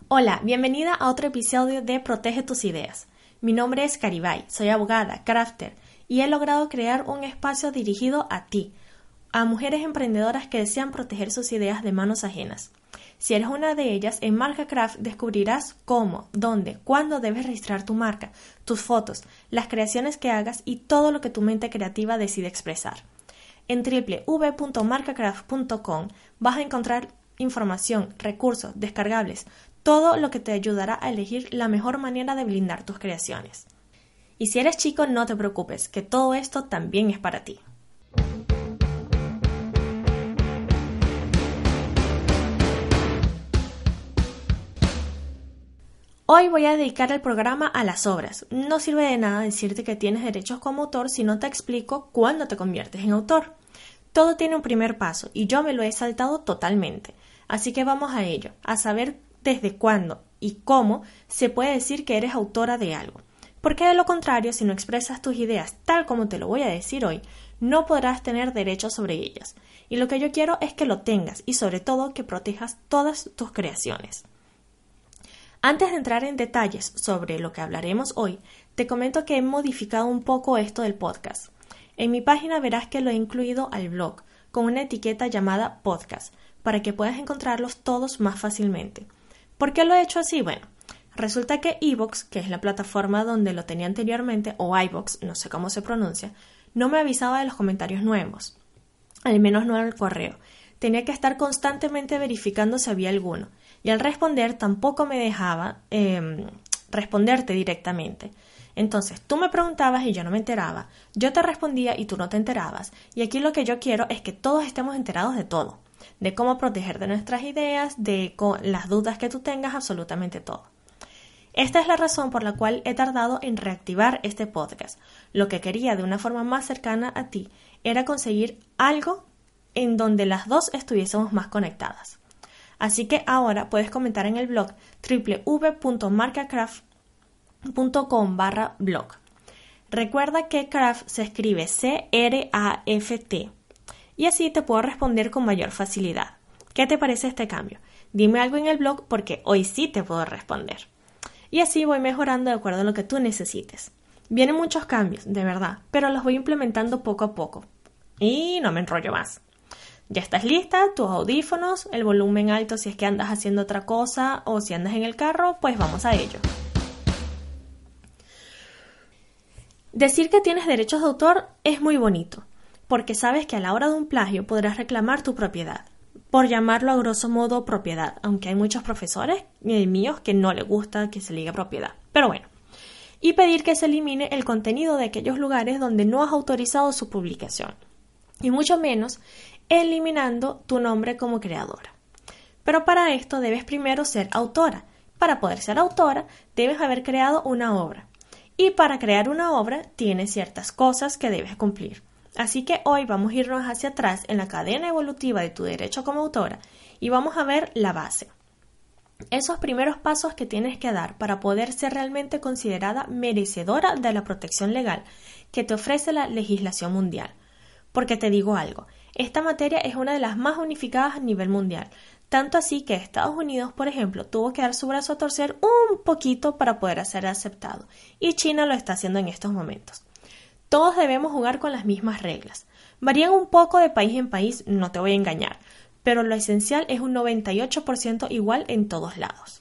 Hola, bienvenida a otro episodio de Protege tus ideas. Mi nombre es Caribay, soy abogada, crafter y he logrado crear un espacio dirigido a ti, a mujeres emprendedoras que desean proteger sus ideas de manos ajenas. Si eres una de ellas, en MarcaCraft descubrirás cómo, dónde, cuándo debes registrar tu marca, tus fotos, las creaciones que hagas y todo lo que tu mente creativa decide expresar. En www.marcacraft.com vas a encontrar información, recursos, descargables, todo lo que te ayudará a elegir la mejor manera de blindar tus creaciones. Y si eres chico, no te preocupes, que todo esto también es para ti. Hoy voy a dedicar el programa a las obras. No sirve de nada decirte que tienes derechos como autor si no te explico cuándo te conviertes en autor. Todo tiene un primer paso y yo me lo he saltado totalmente. Así que vamos a ello, a saber desde cuándo y cómo se puede decir que eres autora de algo. Porque de lo contrario, si no expresas tus ideas tal como te lo voy a decir hoy, no podrás tener derechos sobre ellas. Y lo que yo quiero es que lo tengas y sobre todo que protejas todas tus creaciones. Antes de entrar en detalles sobre lo que hablaremos hoy, te comento que he modificado un poco esto del podcast. En mi página verás que lo he incluido al blog, con una etiqueta llamada podcast, para que puedas encontrarlos todos más fácilmente. ¿Por qué lo he hecho así? Bueno, resulta que iVoox, que es la plataforma donde lo tenía anteriormente, o iVoox, no sé cómo se pronuncia, no me avisaba de los comentarios nuevos, al menos no en el correo. Tenía que estar constantemente verificando si había alguno, y al responder tampoco me dejaba responderte directamente. Entonces tú me preguntabas y yo no me enteraba, yo te respondía y tú no te enterabas, y aquí lo que yo quiero es que todos estemos enterados de todo, de cómo proteger de nuestras ideas, de las dudas que tú tengas, absolutamente todo. Esta es la razón por la cual he tardado en reactivar este podcast. Lo que quería de una forma más cercana a ti era conseguir algo en donde las dos estuviésemos más conectadas. Así que ahora puedes comentar en el blog www.marcacraft.com/blog. Recuerda que craft se escribe C-R-A-F-T y así te puedo responder con mayor facilidad. ¿Qué te parece este cambio? Dime algo en el blog porque hoy sí te puedo responder. Y así voy mejorando de acuerdo a lo que tú necesites. Vienen muchos cambios, de verdad, pero los voy implementando poco a poco. Y no me enrollo más. Ya estás lista, tus audífonos, el volumen alto si es que andas haciendo otra cosa o si andas en el carro, pues vamos a ello. Decir que tienes derechos de autor es muy bonito, porque sabes que a la hora de un plagio podrás reclamar tu propiedad, por llamarlo a grosso modo propiedad, aunque hay muchos profesores míos que no les gusta que se le diga propiedad, pero bueno, y pedir que se elimine el contenido de aquellos lugares donde no has autorizado su publicación, y mucho menos eliminando tu nombre como creadora. Pero para esto debes primero ser autora. Para poder ser autora, debes haber creado una obra. Y para crear una obra, tienes ciertas cosas que debes cumplir. Así que hoy vamos a irnos hacia atrás en la cadena evolutiva de tu derecho como autora y vamos a ver la base. Esos primeros pasos que tienes que dar para poder ser realmente considerada merecedora de la protección legal que te ofrece la legislación mundial. Porque te digo algo, esta materia es una de las más unificadas a nivel mundial, tanto así que Estados Unidos, por ejemplo, tuvo que dar su brazo a torcer un poquito para poder ser aceptado, y China lo está haciendo en estos momentos. Todos debemos jugar con las mismas reglas. Varían un poco de país en país, no te voy a engañar, pero lo esencial es un 98% igual en todos lados.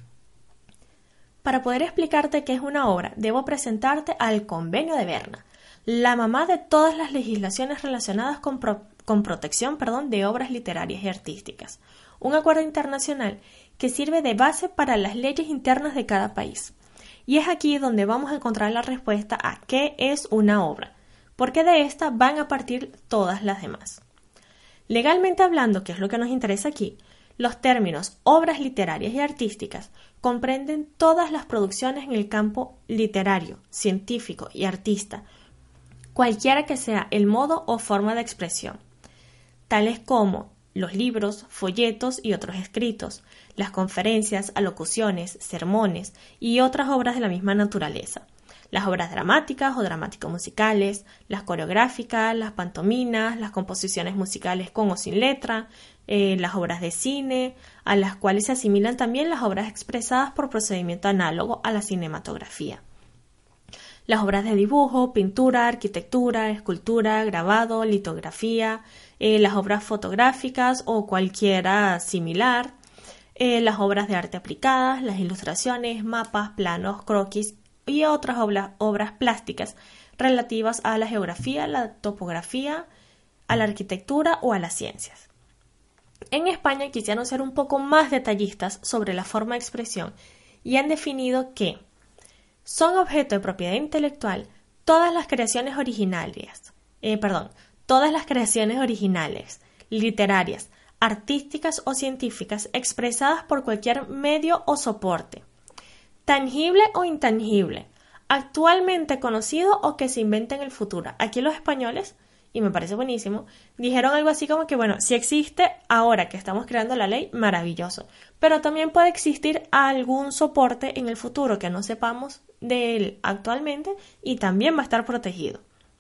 Para poder explicarte qué es una obra, debo presentarte al Convenio de Berna, la mamá de todas las legislaciones relacionadas con protección de obras literarias y artísticas. Un acuerdo internacional que sirve de base para las leyes internas de cada país. Y es aquí donde vamos a encontrar la respuesta a qué es una obra, porque de esta van a partir todas las demás. Legalmente hablando, que es lo que nos interesa aquí, los términos obras literarias y artísticas comprenden todas las producciones en el campo literario, científico y artista, cualquiera que sea el modo o forma de expresión, tales como los libros, folletos y otros escritos, las conferencias, alocuciones, sermones y otras obras de la misma naturaleza, Las obras dramáticas o dramático-musicales, las coreográficas, las pantominas, las composiciones musicales con o sin letra, las obras de cine, a las cuales se asimilan también las obras expresadas por procedimiento análogo a la cinematografía. Las obras de dibujo, pintura, arquitectura, escultura, grabado, litografía, las obras fotográficas o cualquiera similar, las obras de arte aplicadas, las ilustraciones, mapas, planos, croquis y otras obras plásticas relativas a la geografía, la topografía, a la arquitectura o a las ciencias. En España quisieron ser un poco más detallistas sobre la forma de expresión y han definido que son objeto de propiedad intelectual todas las creaciones originales, literarias, artísticas o científicas expresadas por cualquier medio o soporte, tangible o intangible, actualmente conocido o que se invente en el futuro. Aquí los españoles, y me parece buenísimo, dijeron algo así como que, bueno, si existe ahora que estamos creando la ley, maravilloso, pero también puede existir algún soporte en el futuro que no sepamos de él actualmente y también va a estar protegido.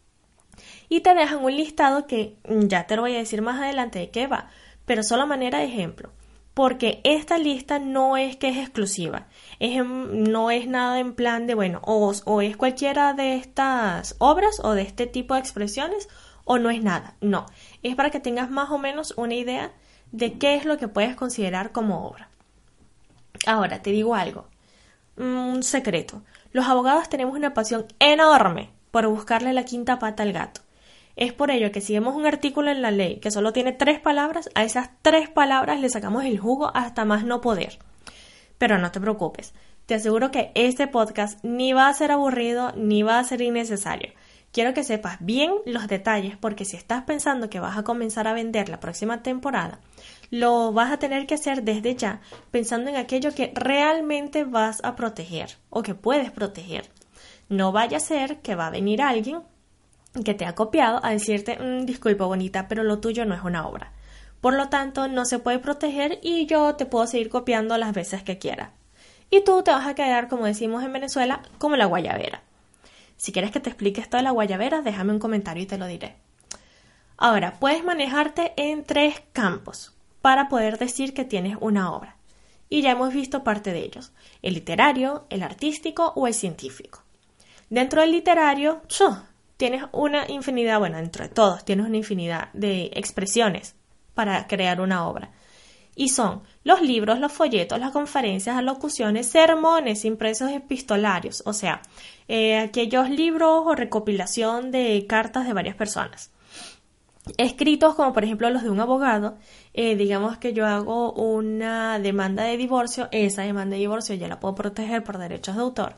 Y te dejan un listado que ya te lo voy a decir más adelante de qué va, pero solo a manera de ejemplo, porque esta lista no es que es exclusiva, no es nada en plan de, bueno, o es cualquiera de estas obras o de este tipo de expresiones, o no es nada, no, es para que tengas más o menos una idea de qué es lo que puedes considerar como obra. Ahora, te digo algo, un secreto, los abogados tenemos una pasión enorme por buscarle la quinta pata al gato. Es por ello que si vemos un artículo en la ley que solo tiene 3 palabras, a esas 3 palabras le sacamos el jugo hasta más no poder. Pero no te preocupes, te aseguro que este podcast ni va a ser aburrido ni va a ser innecesario. Quiero que sepas bien los detalles porque si estás pensando que vas a comenzar a vender la próxima temporada, lo vas a tener que hacer desde ya pensando en aquello que realmente vas a proteger o que puedes proteger. No vaya a ser que va a venir alguien que te ha copiado a decirte, disculpa bonita, pero lo tuyo no es una obra. Por lo tanto, no se puede proteger y yo te puedo seguir copiando las veces que quiera. Y tú te vas a quedar, como decimos en Venezuela, como la guayabera. Si quieres que te explique esto de la guayabera, déjame un comentario y te lo diré. Ahora, puedes manejarte en 3 campos para poder decir que tienes una obra. Y ya hemos visto parte de ellos. El literario, el artístico o el científico. Dentro del literario, tienes una infinidad, dentro de todos tienes una infinidad de expresiones para crear una obra. Y son los libros, los folletos, las conferencias, las locuciones, sermones impresos epistolarios, o sea, aquellos libros o recopilación de cartas de varias personas. Escritos como por ejemplo los de un abogado, digamos que yo hago una demanda de divorcio, esa demanda de divorcio ya la puedo proteger por derechos de autor.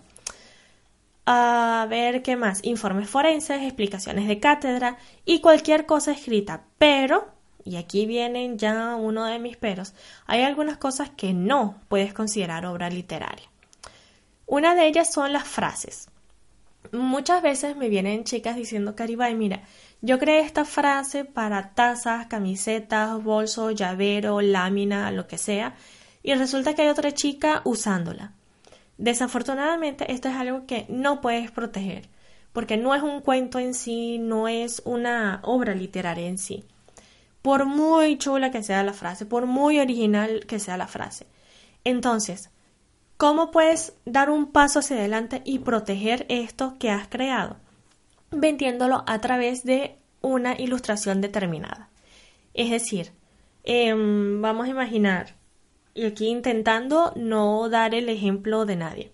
A ver, ¿qué más? Informes forenses, explicaciones de cátedra y cualquier cosa escrita, pero, y aquí vienen ya uno de mis peros, hay algunas cosas que no puedes considerar obra literaria. Una de ellas son las frases. Muchas veces me vienen chicas diciendo, Caribay, mira, yo creé esta frase para tazas, camisetas, bolso, llavero, lámina, lo que sea, y resulta que hay otra chica usándola. Desafortunadamente, esto es algo que no puedes proteger, porque no es un cuento en sí, no es una obra literaria en sí. Por muy chula que sea la frase, por muy original que sea la frase. Entonces, ¿cómo puedes dar un paso hacia adelante y proteger esto que has creado? Vendiéndolo a través de una ilustración determinada. Es decir, vamos a imaginar, y aquí intentando no dar el ejemplo de nadie.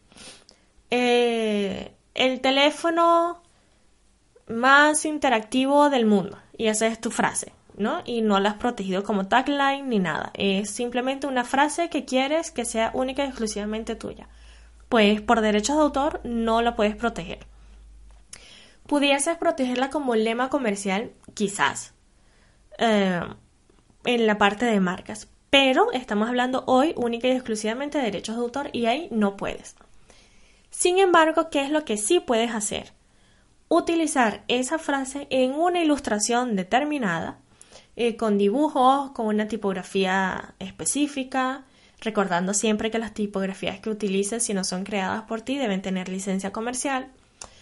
El teléfono más interactivo del mundo. Y esa es tu frase, ¿no? Y no la has protegido como tagline ni nada. Es simplemente una frase que quieres que sea única y exclusivamente tuya. Pues por derechos de autor no la puedes proteger. Pudieses protegerla como lema comercial, quizás, en la parte de marcas. Pero estamos hablando hoy única y exclusivamente de derechos de autor y ahí no puedes. Sin embargo, ¿qué es lo que sí puedes hacer? Utilizar esa frase en una ilustración determinada, con dibujos, con una tipografía específica, recordando siempre que las tipografías que utilices, si no son creadas por ti, deben tener licencia comercial.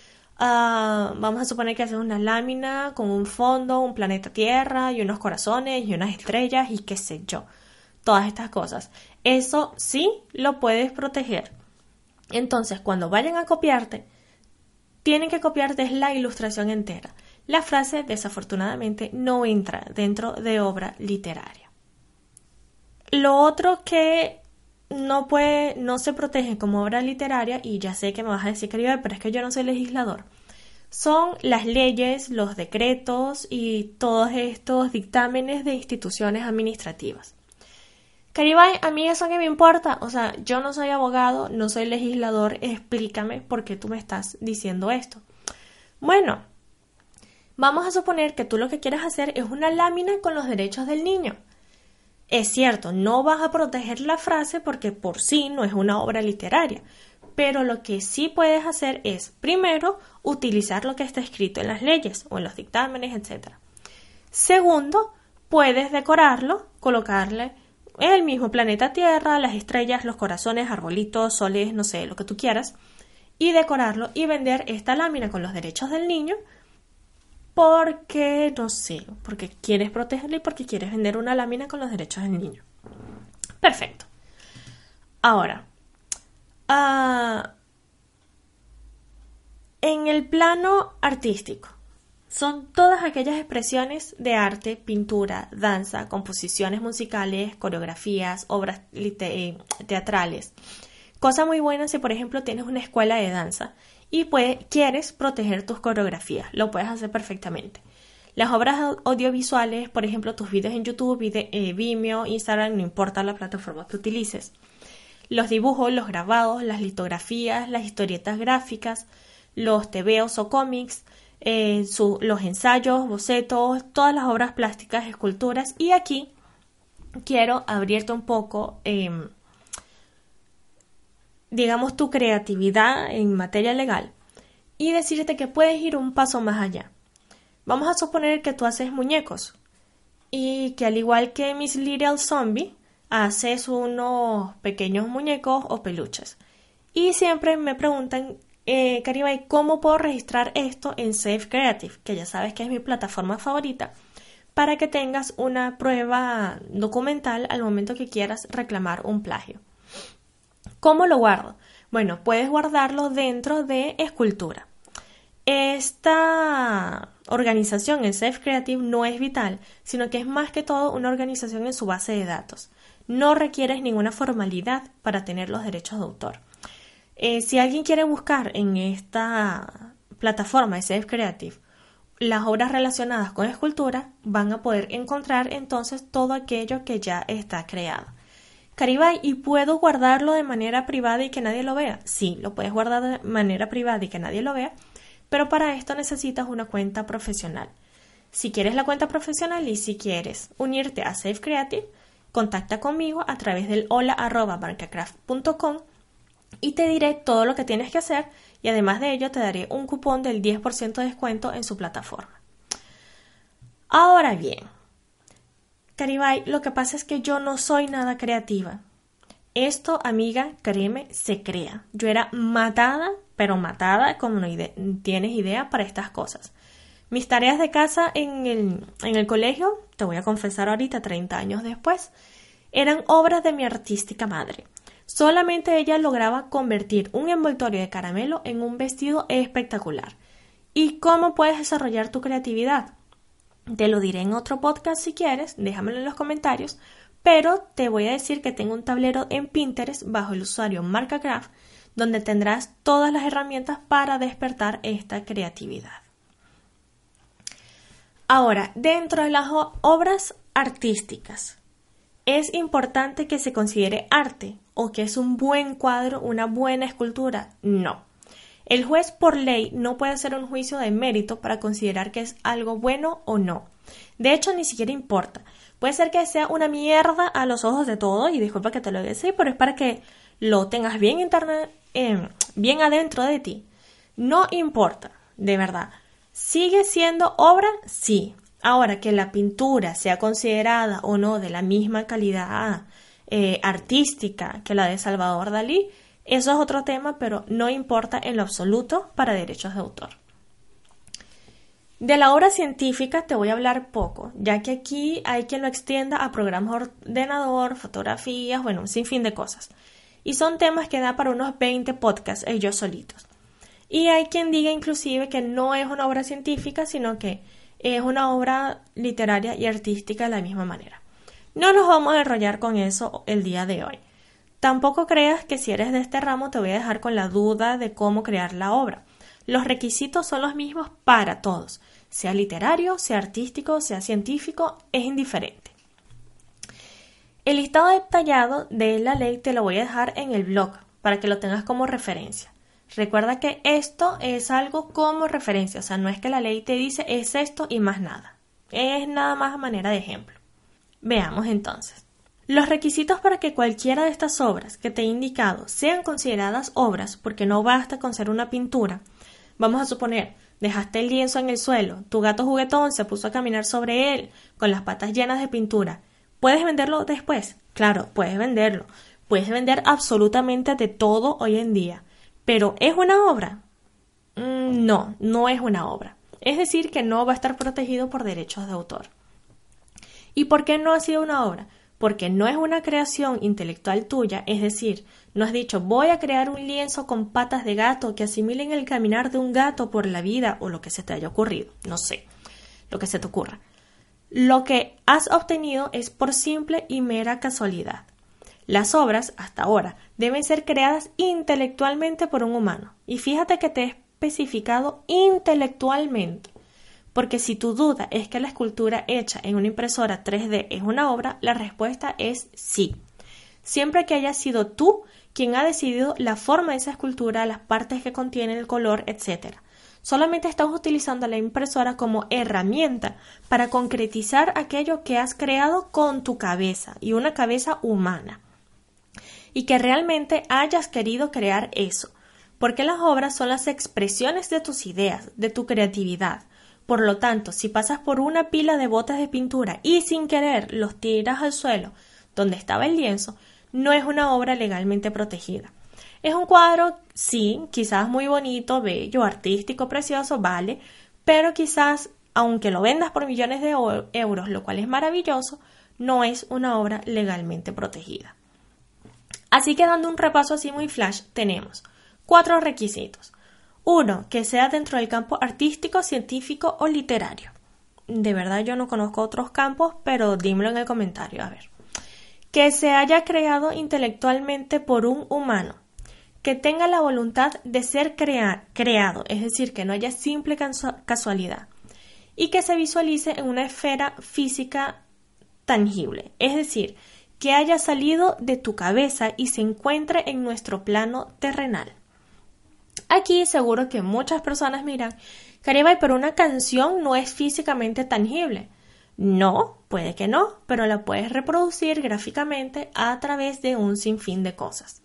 Vamos a suponer que haces una lámina con un fondo, un planeta Tierra y unos corazones y unas estrellas y qué sé yo. Todas estas cosas. Eso sí lo puedes proteger. Entonces, cuando vayan a copiarte, tienen que copiarte la ilustración entera. La frase, desafortunadamente, no entra dentro de obra literaria. Lo otro que no se protege como obra literaria, y ya sé que me vas a decir, querida, pero es que yo no soy legislador, son las leyes, los decretos y todos estos dictámenes de instituciones administrativas. Caribay, a mí eso que me importa, o sea, yo no soy abogado, no soy legislador, explícame por qué tú me estás diciendo esto. Bueno, vamos a suponer que tú lo que quieres hacer es una lámina con los derechos del niño. Es cierto, no vas a proteger la frase porque por sí no es una obra literaria, pero lo que sí puedes hacer es, primero, utilizar lo que está escrito en las leyes o en los dictámenes, etc. Segundo, puedes decorarlo, colocarle el mismo planeta Tierra, las estrellas, los corazones, arbolitos, soles, no sé, lo que tú quieras, y decorarlo y vender esta lámina con los derechos del niño porque, no sé, porque quieres protegerlo y porque quieres vender una lámina con los derechos del niño. Perfecto. Ahora, en el plano artístico, son todas aquellas expresiones de arte, pintura, danza, composiciones musicales, coreografías, obras teatrales. Cosa muy buena si, por ejemplo, tienes una escuela de danza y quieres proteger tus coreografías. Lo puedes hacer perfectamente. Las obras audiovisuales, por ejemplo, tus videos en YouTube, Vimeo, Instagram, no importa la plataforma que utilices. Los dibujos, los grabados, las litografías, las historietas gráficas, los tebeos o cómics, los ensayos, bocetos, todas las obras plásticas, esculturas. Y aquí quiero abrirte un poco, digamos, tu creatividad en materia legal y decirte que puedes ir un paso más allá. Vamos a suponer que tú haces muñecos y que al igual que Miss Little Zombie, haces unos pequeños muñecos o peluches. Y siempre me preguntan, Caribay, ¿cómo puedo registrar esto en Safe Creative? Que ya sabes que es mi plataforma favorita, para que tengas una prueba documental al momento que quieras reclamar un plagio. ¿Cómo lo guardo? Bueno, puedes guardarlo dentro de Escultura. Esta organización en Safe Creative no es vital, sino que es más que todo una organización en su base de datos. No requieres ninguna formalidad para tener los derechos de autor. Si alguien quiere buscar en esta plataforma de Safe Creative las obras relacionadas con escultura, van a poder encontrar entonces todo aquello que ya está creado. Caribay, ¿y puedo guardarlo de manera privada y que nadie lo vea? Sí, lo puedes guardar de manera privada y que nadie lo vea, pero para esto necesitas una cuenta profesional. Si quieres la cuenta profesional y si quieres unirte a Safe Creative, contacta conmigo a través del hola@marcacraft.com y te diré todo lo que tienes que hacer y además de ello te daré un cupón del 10% de descuento en su plataforma. Ahora bien, Caribay, lo que pasa es que yo no soy nada creativa. Esto, amiga, créeme, se crea. Yo era matada, pero matada, como no tienes idea, para estas cosas. Mis tareas de casa en el colegio, te voy a confesar ahorita, 30 años después, eran obras de mi artística madre. Solamente ella lograba convertir un envoltorio de caramelo en un vestido espectacular. ¿Y cómo puedes desarrollar tu creatividad? Te lo diré en otro podcast si quieres, déjamelo en los comentarios, pero te voy a decir que tengo un tablero en Pinterest bajo el usuario MarcaCraft, donde tendrás todas las herramientas para despertar esta creatividad. Ahora, dentro de las obras artísticas, ¿es importante que se considere arte o que es un buen cuadro, una buena escultura? No. El juez por ley no puede hacer un juicio de mérito para considerar que es algo bueno o no. De hecho, ni siquiera importa. Puede ser que sea una mierda a los ojos de todos, y disculpa que te lo diga así, pero es para que lo tengas bien adentro de ti. No importa, de verdad. ¿Sigue siendo obra? Sí. Ahora, que la pintura sea considerada o no de la misma calidad artística que la de Salvador Dalí, eso es otro tema, pero no importa en lo absoluto para derechos de autor. De la obra científica te voy a hablar poco, ya que aquí hay quien lo extienda a programas de ordenador, fotografías, bueno, un sinfín de cosas. Y son temas que da para unos 20 podcasts ellos solitos. Y hay quien diga inclusive que no es una obra científica, sino que es una obra literaria y artística de la misma manera. No nos vamos a enrollar con eso el día de hoy. Tampoco creas que si eres de este ramo te voy a dejar con la duda de cómo crear la obra. Los requisitos son los mismos para todos, sea literario, sea artístico, sea científico, es indiferente. El listado detallado de la ley te lo voy a dejar en el blog para que lo tengas como referencia. Recuerda que esto es algo como referencia, o sea, no es que la ley te dice es esto y más nada. Es nada más a manera de ejemplo. Veamos entonces. Los requisitos para que cualquiera de estas obras que te he indicado sean consideradas obras, porque no basta con ser una pintura. Vamos a suponer, dejaste el lienzo en el suelo, tu gato juguetón se puso a caminar sobre él, con las patas llenas de pintura. ¿Puedes venderlo después? Claro, puedes venderlo. Puedes vender absolutamente de todo hoy en día. ¿Pero es una obra? No, no es una obra. Es decir, que no va a estar protegido por derechos de autor. ¿Y por qué no ha sido una obra? Porque no es una creación intelectual tuya, es decir, no has dicho voy a crear un lienzo con patas de gato que asimilen el caminar de un gato por la vida o lo que se te haya ocurrido, no sé, lo que se te ocurra. Lo que has obtenido es por simple y mera casualidad. Las obras, hasta ahora, deben ser creadas intelectualmente por un humano. Y fíjate que te he especificado intelectualmente. Porque si tu duda es que la escultura hecha en una impresora 3D es una obra, la respuesta es sí. Siempre que haya sido tú quien ha decidido la forma de esa escultura, las partes que contiene, el color, etc. Solamente estamos utilizando la impresora como herramienta para concretizar aquello que has creado con tu cabeza y una cabeza humana. Y que realmente hayas querido crear eso, porque las obras son las expresiones de tus ideas, de tu creatividad. Por lo tanto, si pasas por una pila de botes de pintura y sin querer los tiras al suelo donde estaba el lienzo, no es una obra legalmente protegida. Es un cuadro, sí, quizás muy bonito, bello, artístico, precioso, vale, pero quizás, aunque lo vendas por millones de euros, lo cual es maravilloso, no es una obra legalmente protegida. Así que dando un repaso así muy flash, tenemos 4 requisitos. 1. Que sea dentro del campo artístico, científico o literario. De verdad yo no conozco otros campos, pero dímelo en el comentario, a ver. Que se haya creado intelectualmente por un humano. Que tenga la voluntad de ser creado, es decir, que no haya simple casualidad. Y que se visualice en una esfera física tangible, es decir, que haya salido de tu cabeza y se encuentre en nuestro plano terrenal. Aquí seguro que muchas personas miran, Caribay, pero una canción no es físicamente tangible. No, puede que no, pero la puedes reproducir gráficamente a través de un sinfín de cosas.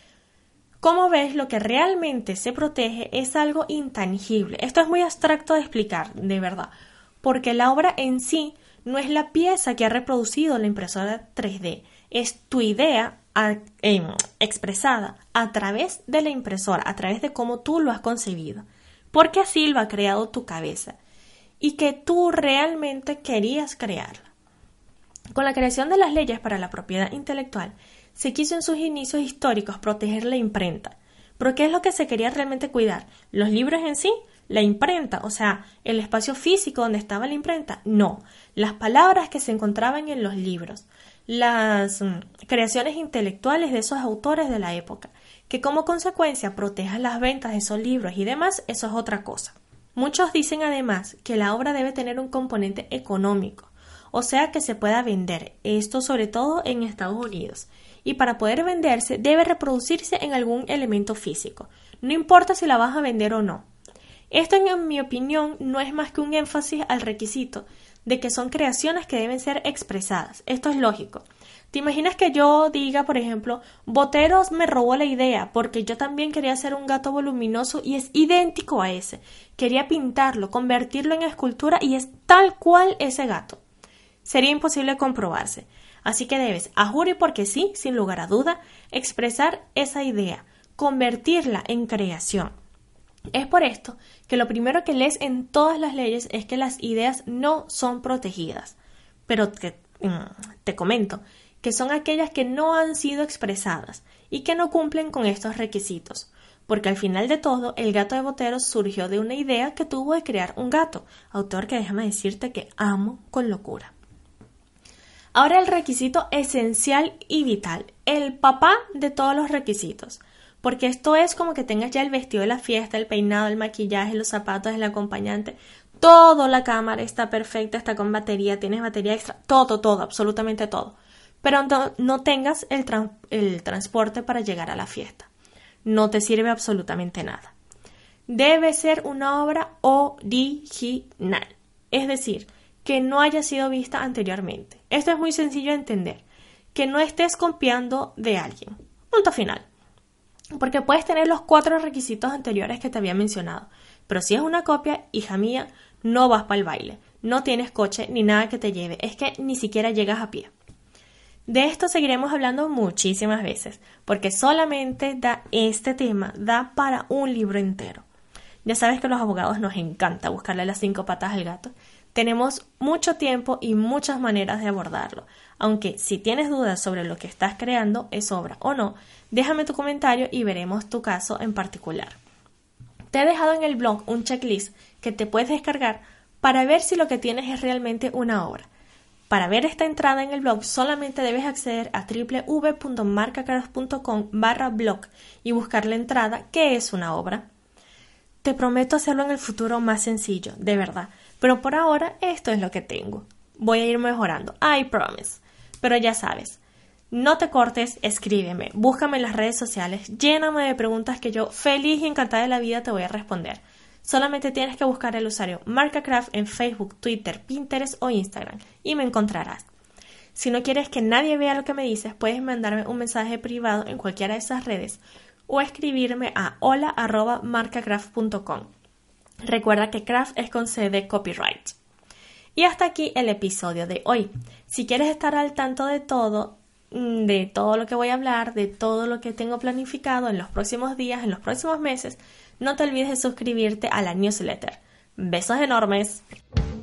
Como ves, lo que realmente se protege es algo intangible. Esto es muy abstracto de explicar, de verdad, porque la obra en sí no es la pieza que ha reproducido la impresora 3D, es tu idea expresada a través de la impresora, a través de cómo tú lo has concebido, porque así lo ha creado tu cabeza y que tú realmente querías crearla. Con la creación de las leyes para la propiedad intelectual, se quiso en sus inicios históricos proteger la imprenta. ¿Pero qué es lo que se quería realmente cuidar? ¿Los libros en sí? ¿La imprenta? O sea, ¿el espacio físico donde estaba la imprenta? No, las palabras que se encontraban en los libros, las creaciones intelectuales de esos autores de la época, que como consecuencia protejan las ventas de esos libros y demás, eso es otra cosa. Muchos dicen además que la obra debe tener un componente económico, o sea que se pueda vender, esto sobre todo en Estados Unidos, y para poder venderse debe reproducirse en algún elemento físico, no importa si la vas a vender o no. Esto, en mi opinión, no es más que un énfasis al requisito de que son creaciones que deben ser expresadas. Esto es lógico. ¿Te imaginas que yo diga, por ejemplo, Boteros me robó la idea porque yo también quería hacer un gato voluminoso y es idéntico a ese? Quería pintarlo, convertirlo en escultura y es tal cual ese gato. Sería imposible comprobarse. Así que debes, a juro y porque sí, sin lugar a duda, expresar esa idea, convertirla en creación. Es por esto que lo primero que lees en todas las leyes es que las ideas no son protegidas. Pero te comento que son aquellas que no han sido expresadas y que no cumplen con estos requisitos. Porque al final de todo, el gato de Botero surgió de una idea que tuvo de crear un gato, autor que déjame decirte que amo con locura. Ahora el requisito esencial y vital, el papá de todos los requisitos. Porque esto es como que tengas ya el vestido de la fiesta, el peinado, el maquillaje, los zapatos, el acompañante, todo, la cámara está perfecta, está con batería, tienes batería extra, todo, absolutamente todo. Pero no tengas el transporte para llegar a la fiesta. No te sirve absolutamente nada. Debe ser una obra original, es decir, que no haya sido vista anteriormente. Esto es muy sencillo de entender, que no estés copiando de alguien. Punto final. Porque puedes tener los 4 requisitos anteriores que te había mencionado, pero si es una copia, hija mía, no vas para el baile, no tienes coche ni nada que te lleve, es que ni siquiera llegas a pie. De esto seguiremos hablando muchísimas veces, porque solamente este tema da para un libro entero. Ya sabes que a los abogados nos encanta buscarle las 5 patas al gato. Tenemos mucho tiempo y muchas maneras de abordarlo, aunque si tienes dudas sobre lo que estás creando, es obra o no, déjame tu comentario y veremos tu caso en particular. Te he dejado en el blog un checklist que te puedes descargar para ver si lo que tienes es realmente una obra. Para ver esta entrada en el blog solamente debes acceder a www.marcacraft.com/blog y buscar la entrada ¿Qué es una obra? Te prometo hacerlo en el futuro más sencillo, de verdad, pero por ahora esto es lo que tengo. Voy a ir mejorando, I promise. Pero ya sabes, no te cortes, escríbeme, búscame en las redes sociales, lléname de preguntas que yo feliz y encantada de la vida te voy a responder. Solamente tienes que buscar el usuario MarcaCraft en Facebook, Twitter, Pinterest o Instagram y me encontrarás. Si no quieres que nadie vea lo que me dices, puedes mandarme un mensaje privado en cualquiera de esas redes o escribirme a hola@marcacraft.com. Recuerda que craft es con C de copyright. Y hasta aquí el episodio de hoy. Si quieres estar al tanto de todo lo que voy a hablar, de todo lo que tengo planificado en los próximos días, en los próximos meses, no te olvides de suscribirte a la newsletter. Besos enormes.